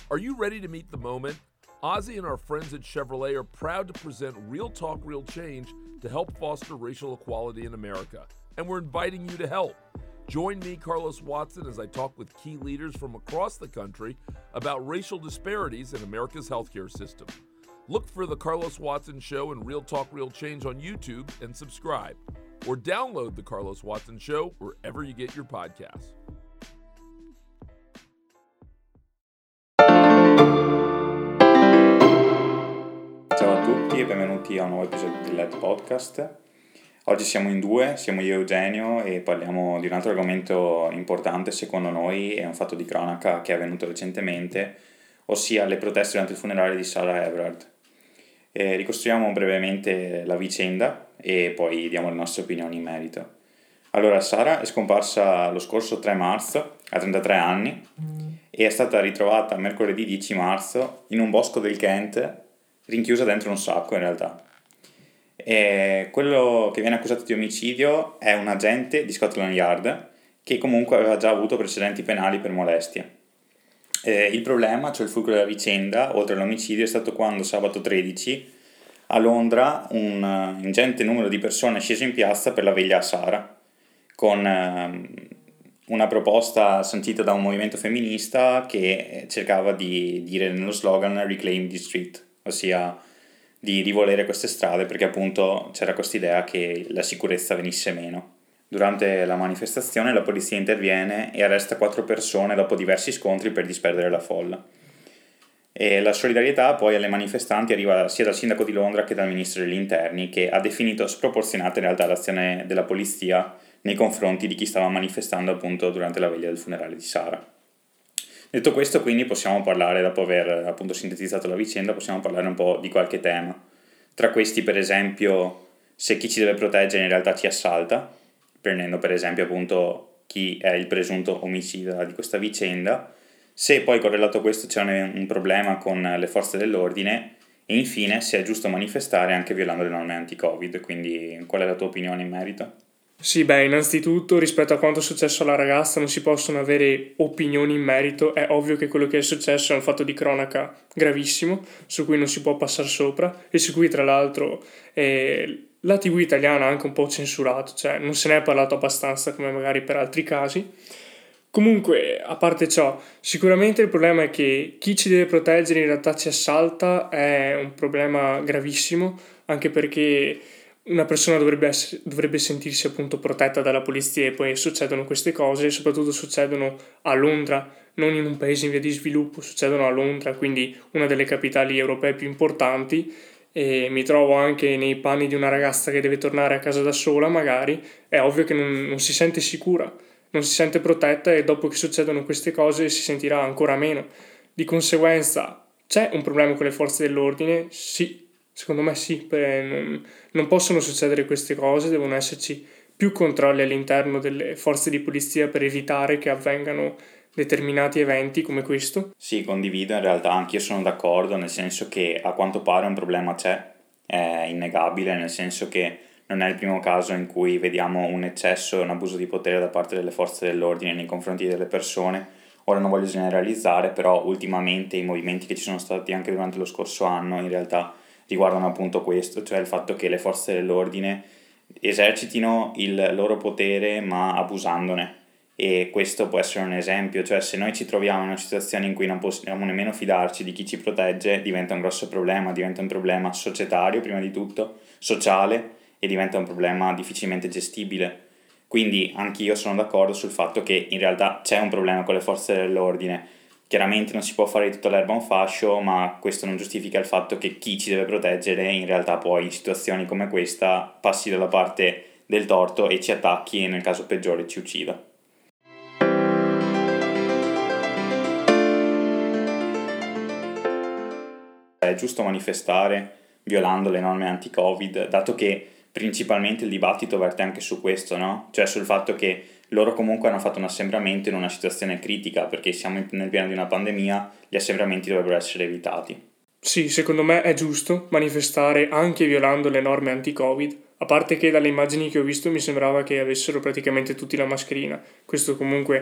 Are you ready to meet the moment? Ozzy and our friends at Chevrolet are proud to present Real Talk, Real Change to help foster racial equality in America. And we're inviting you to help. Join me, Carlos Watson, as I talk with key leaders from across the country about racial disparities in America's healthcare system. Look for The Carlos Watson Show and Real Talk, Real Change on YouTube and subscribe. Or download The Carlos Watson Show wherever you get your podcasts. Ciao a tutti e benvenuti a un nuovo episodio di LED Podcast. Oggi siamo in due, siamo io e Eugenio e parliamo di un altro argomento importante secondo noi, è un fatto di cronaca che è avvenuto recentemente, ossia le proteste durante il funerale di Sarah Everard. Ricostruiamo brevemente la vicenda e poi diamo le nostre opinioni in merito. Allora, Sarah è scomparsa lo scorso 3 marzo, a 33 anni, e è stata ritrovata mercoledì 10 marzo in un bosco del Kent, rinchiusa dentro un sacco in realtà. E quello che viene accusato di omicidio è un agente di Scotland Yard che comunque aveva già avuto precedenti penali per molestie. Il problema, cioè il fulcro della vicenda, oltre all'omicidio, è stato quando sabato 13 a Londra un ingente numero di persone è sceso in piazza per la veglia a Sarah, con una proposta sancita da un movimento femminista che cercava di dire nello slogan Reclaim the Street, ossia di rivolere queste strade perché appunto c'era questa idea che la sicurezza venisse meno. Durante la manifestazione la polizia interviene e arresta 4 persone dopo diversi scontri per disperdere la folla. E la solidarietà poi alle manifestanti arriva sia dal sindaco di Londra che dal ministro degli interni, che ha definito sproporzionata in realtà l'azione della polizia nei confronti di chi stava manifestando appunto durante la veglia del funerale di Sarah. Detto questo, quindi possiamo parlare, dopo aver appunto sintetizzato la vicenda, possiamo parlare un po' di qualche tema. Tra questi, per esempio, se chi ci deve proteggere in realtà ci assalta, prendendo per esempio appunto chi è il presunto omicida di questa vicenda, se poi correlato a questo c'è un problema con le forze dell'ordine e infine se è giusto manifestare anche violando le norme anti-Covid. Quindi qual è la tua opinione in merito? Sì, innanzitutto rispetto a quanto è successo alla ragazza non si possono avere opinioni in merito, è ovvio che quello che è successo è un fatto di cronaca gravissimo, su cui non si può passare sopra e su cui tra l'altro la TV italiana ha anche un po' censurato, cioè non se ne è parlato abbastanza come magari per altri casi. Comunque, a parte ciò, sicuramente il problema è che chi ci deve proteggere in realtà ci assalta, è un problema gravissimo, anche perché una persona dovrebbe sentirsi appunto protetta dalla polizia e poi succedono queste cose e soprattutto succedono a Londra, non in un paese in via di sviluppo, succedono a Londra, quindi una delle capitali europee più importanti, e mi trovo anche nei panni di una ragazza che deve tornare a casa da sola magari, è ovvio che non si sente sicura, non si sente protetta e dopo che succedono queste cose si sentirà ancora meno. Di conseguenza c'è un problema con le forze dell'ordine? Sì. Secondo me sì, non possono succedere queste cose, devono esserci più controlli all'interno delle forze di polizia per evitare che avvengano determinati eventi come questo. Sì, condivido, in realtà anch'io sono d'accordo, nel senso che a quanto pare un problema c'è, è innegabile, nel senso che non è il primo caso in cui vediamo un eccesso e un abuso di potere da parte delle forze dell'ordine nei confronti delle persone. Ora non voglio generalizzare, però ultimamente i movimenti che ci sono stati anche durante lo scorso anno in realtà riguardano appunto questo, cioè il fatto che le forze dell'ordine esercitino il loro potere ma abusandone, e questo può essere un esempio, cioè se noi ci troviamo in una situazione in cui non possiamo nemmeno fidarci di chi ci protegge, diventa un grosso problema, diventa un problema societario prima di tutto, sociale, e diventa un problema difficilmente gestibile. Quindi anch'io sono d'accordo sul fatto che in realtà c'è un problema con le forze dell'ordine. Chiaramente non si può fare di tutta l'erba un fascio, ma questo non giustifica il fatto che chi ci deve proteggere in realtà poi in situazioni come questa passi dalla parte del torto e ci attacchi e nel caso peggiore ci uccida. È giusto manifestare violando le norme anti-Covid, dato che principalmente il dibattito verte anche su questo, no? Cioè sul fatto che loro comunque hanno fatto un assembramento in una situazione critica, perché siamo nel pieno di una pandemia, gli assembramenti dovrebbero essere evitati. Sì, secondo me è giusto manifestare anche violando le norme anti-Covid, a parte che dalle immagini che ho visto mi sembrava che avessero praticamente tutti la mascherina. Questo comunque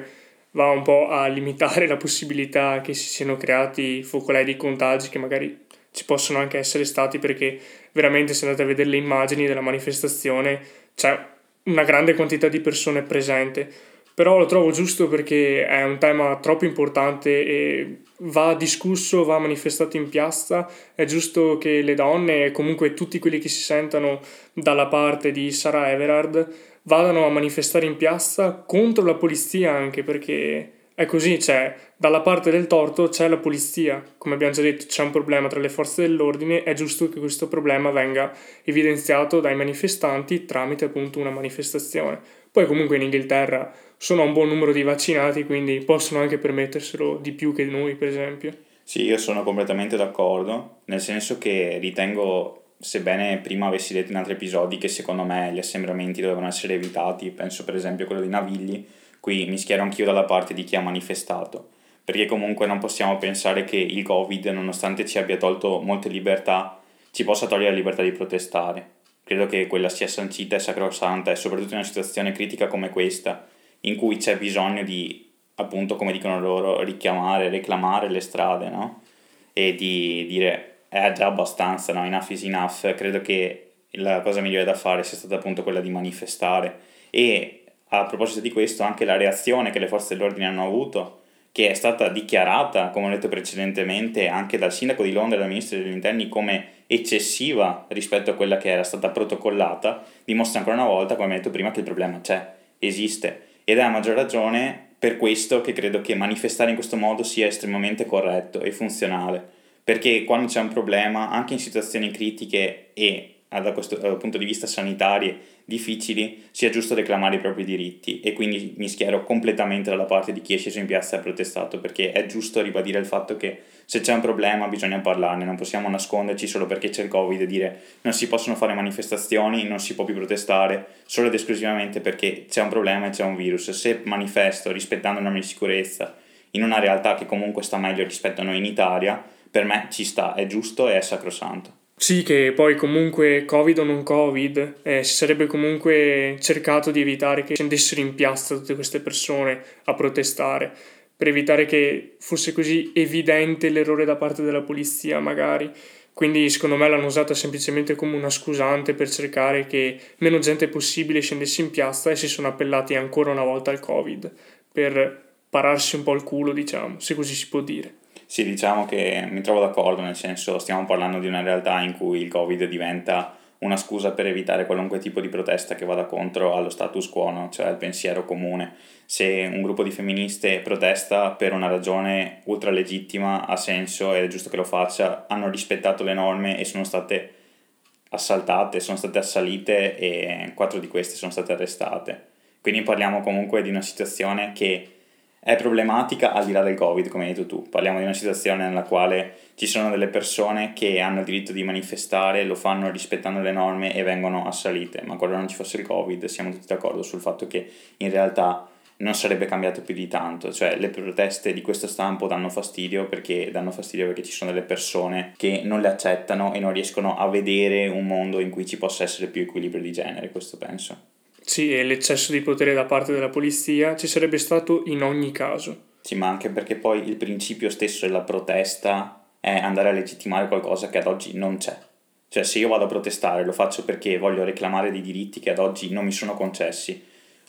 va un po' a limitare la possibilità che si siano creati focolai di contagi che magari ci possono anche essere stati, perché veramente se andate a vedere le immagini della manifestazione c'è una grande quantità di persone presente, però lo trovo giusto perché è un tema troppo importante e va discusso, va manifestato in piazza. È giusto che le donne e comunque tutti quelli che si sentano dalla parte di Sarah Everard vadano a manifestare in piazza contro la polizia, anche perché è così, cioè dalla parte del torto c'è la polizia, come abbiamo già detto c'è un problema tra le forze dell'ordine, è giusto che questo problema venga evidenziato dai manifestanti tramite appunto una manifestazione. Poi comunque in Inghilterra sono un buon numero di vaccinati, quindi possono anche permetterselo di più che noi, per esempio. Sì, io sono completamente d'accordo, nel senso che ritengo, sebbene prima avessi detto in altri episodi che secondo me gli assembramenti dovevano essere evitati, penso per esempio a quello di Navigli, qui mi schiero anch'io dalla parte di chi ha manifestato, perché comunque non possiamo pensare che il Covid, nonostante ci abbia tolto molte libertà, ci possa togliere la libertà di protestare. Credo che quella sia sancita e sacrosanta, e soprattutto in una situazione critica come questa, in cui c'è bisogno di, appunto come dicono loro, richiamare, reclamare le strade, no? E di dire è già abbastanza, no? Enough is enough. Credo che la cosa migliore da fare sia stata appunto quella di manifestare. E a proposito di questo, anche la reazione che le forze dell'ordine hanno avuto, che è stata dichiarata, come ho detto precedentemente, anche dal sindaco di Londra e dal ministro degli interni come eccessiva rispetto a quella che era stata protocollata, dimostra ancora una volta, come ho detto prima, che il problema c'è, esiste. Ed è a maggior ragione per questo che credo che manifestare in questo modo sia estremamente corretto e funzionale, perché quando c'è un problema, anche in situazioni critiche e da questo punto di vista sanitarie difficili, sia giusto reclamare i propri diritti, e quindi mi schiero completamente dalla parte di chi è sceso in piazza e ha protestato, perché è giusto ribadire il fatto che se c'è un problema bisogna parlarne, non possiamo nasconderci solo perché c'è il Covid e dire non si possono fare manifestazioni, non si può più protestare solo ed esclusivamente perché c'è un problema e c'è un virus. Se manifesto rispettando le norme di sicurezza in una realtà che comunque sta meglio rispetto a noi in Italia, per me ci sta, è giusto e è sacrosanto. Sì, che poi comunque Covid o non Covid, si sarebbe comunque cercato di evitare che scendessero in piazza tutte queste persone a protestare, per evitare che fosse così evidente l'errore da parte della polizia magari. Quindi secondo me l'hanno usata semplicemente come una scusante per cercare che meno gente possibile scendesse in piazza, e si sono appellati ancora una volta al Covid per pararsi un po' il culo, diciamo, se così si può dire. Sì, diciamo che mi trovo d'accordo, nel senso stiamo parlando di una realtà in cui il Covid diventa una scusa per evitare qualunque tipo di protesta che vada contro allo status quo, no? Cioè il pensiero comune. Se un gruppo di femministe protesta per una ragione ultra legittima, ha senso ed è giusto che lo faccia, hanno rispettato le norme e sono state assaltate, sono state assalite e 4 di queste sono state arrestate. Quindi parliamo comunque di una situazione che è problematica al di là del Covid, come hai detto tu. Parliamo di una situazione nella quale ci sono delle persone che hanno il diritto di manifestare, lo fanno rispettando le norme e vengono assalite, ma quando non ci fosse il Covid siamo tutti d'accordo sul fatto che in realtà non sarebbe cambiato più di tanto. Cioè le proteste di questo stampo danno fastidio perché ci sono delle persone che non le accettano e non riescono a vedere un mondo in cui ci possa essere più equilibrio di genere, questo penso. Sì, e l'eccesso di potere da parte della polizia ci sarebbe stato in ogni caso. Sì, ma anche perché poi il principio stesso della protesta è andare a legittimare qualcosa che ad oggi non c'è. Cioè se io vado a protestare lo faccio perché voglio reclamare dei diritti che ad oggi non mi sono concessi,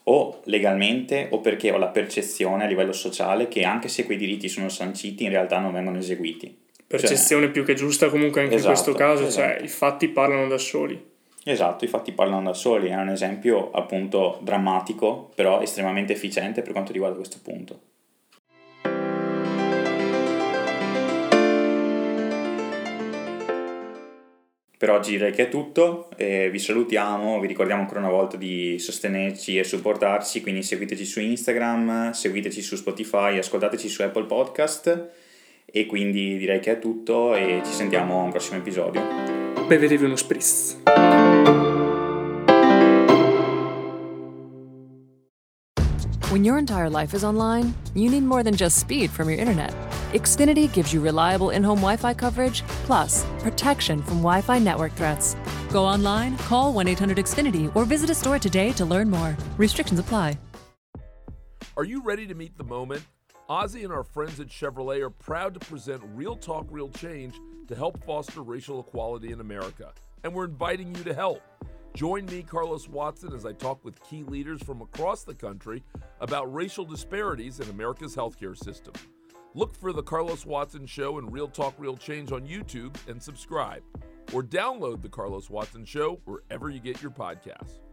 o legalmente o perché ho la percezione a livello sociale che anche se quei diritti sono sanciti in realtà non vengono eseguiti. Percezione più che giusta comunque anche esatto, in questo caso, esatto. Cioè i fatti parlano da soli. Esatto, i fatti parlano da soli, è un esempio appunto drammatico, però estremamente efficiente per quanto riguarda questo punto. Per oggi direi che è tutto, vi salutiamo, vi ricordiamo ancora una volta di sostenerci e supportarci, quindi seguiteci su Instagram, seguiteci su Spotify, ascoltateci su Apple Podcast, e quindi direi che è tutto e ci sentiamo a un prossimo episodio. Bevetevi uno spritz. When your entire life is online, you need more than just speed from your internet. Xfinity gives you reliable in-home Wi-Fi coverage, plus protection from Wi-Fi network threats. Go online, call 1-800-XFINITY, or visit a store today to learn more. Restrictions apply. Are you ready to meet the moment? Ozzy and our friends at Chevrolet are proud to present Real Talk, Real Change to help foster racial equality in America, and we're inviting you to help. Join me, Carlos Watson, as I talk with key leaders from across the country about racial disparities in America's healthcare system. Look for The Carlos Watson Show and Real Talk, Real Change on YouTube and subscribe. Or download The Carlos Watson Show wherever you get your podcasts.